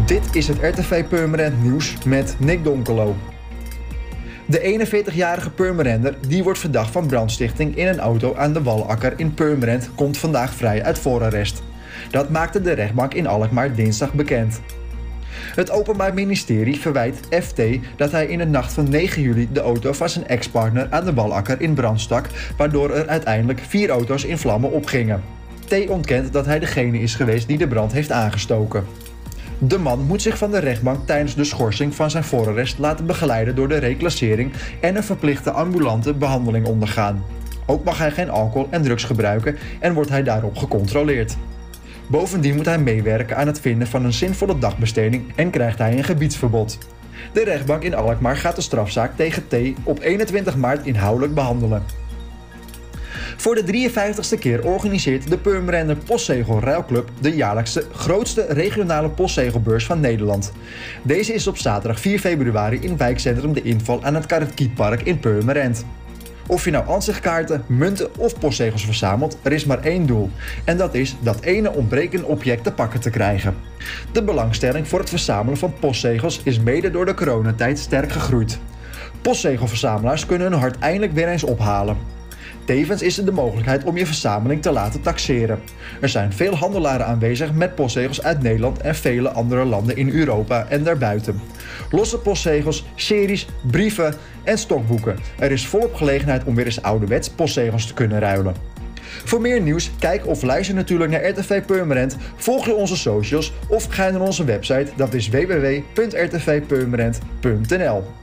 Dit is het RTV Purmerend Nieuws met Nick Donkelo. De 41-jarige Purmerender, die wordt verdacht van brandstichting in een auto aan de Walakker in Purmerend, komt vandaag vrij uit voorarrest. Dat maakte de rechtbank in Alkmaar dinsdag bekend. Het Openbaar Ministerie verwijt FT dat hij in de nacht van 9 juli de auto van zijn ex-partner aan de Walakker in brand stak, waardoor er uiteindelijk 4 auto's in vlammen opgingen. T ontkent dat hij degene is geweest die de brand heeft aangestoken. De man moet zich van de rechtbank tijdens de schorsing van zijn voorarrest laten begeleiden door de reclassering en een verplichte ambulante behandeling ondergaan. Ook mag hij geen alcohol en drugs gebruiken en wordt hij daarop gecontroleerd. Bovendien moet hij meewerken aan het vinden van een zinvolle dagbesteding en krijgt hij een gebiedsverbod. De rechtbank in Alkmaar gaat de strafzaak tegen T op 21 maart inhoudelijk behandelen. Voor de 53ste keer organiseert de Purmerender Postzegel Ruilclub de jaarlijkse grootste regionale postzegelbeurs van Nederland. Deze is op zaterdag 4 februari in wijkcentrum De Inval aan het Karakietpark in Purmerend. Of je nou ansichtkaarten, munten of postzegels verzamelt, er is maar één doel. En dat is dat ene ontbrekende object te pakken te krijgen. De belangstelling voor het verzamelen van postzegels is mede door de coronatijd sterk gegroeid. Postzegelverzamelaars kunnen hun hart eindelijk weer eens ophalen. Tevens is er de mogelijkheid om je verzameling te laten taxeren. Er zijn veel handelaren aanwezig met postzegels uit Nederland en vele andere landen in Europa en daarbuiten. Losse postzegels, series, brieven en stokboeken. Er is volop gelegenheid om weer eens ouderwets postzegels te kunnen ruilen. Voor meer nieuws, kijk of luister natuurlijk naar RTV Purmerend, volg je onze socials of ga naar onze website, dat is www.rtvpurmerend.nl.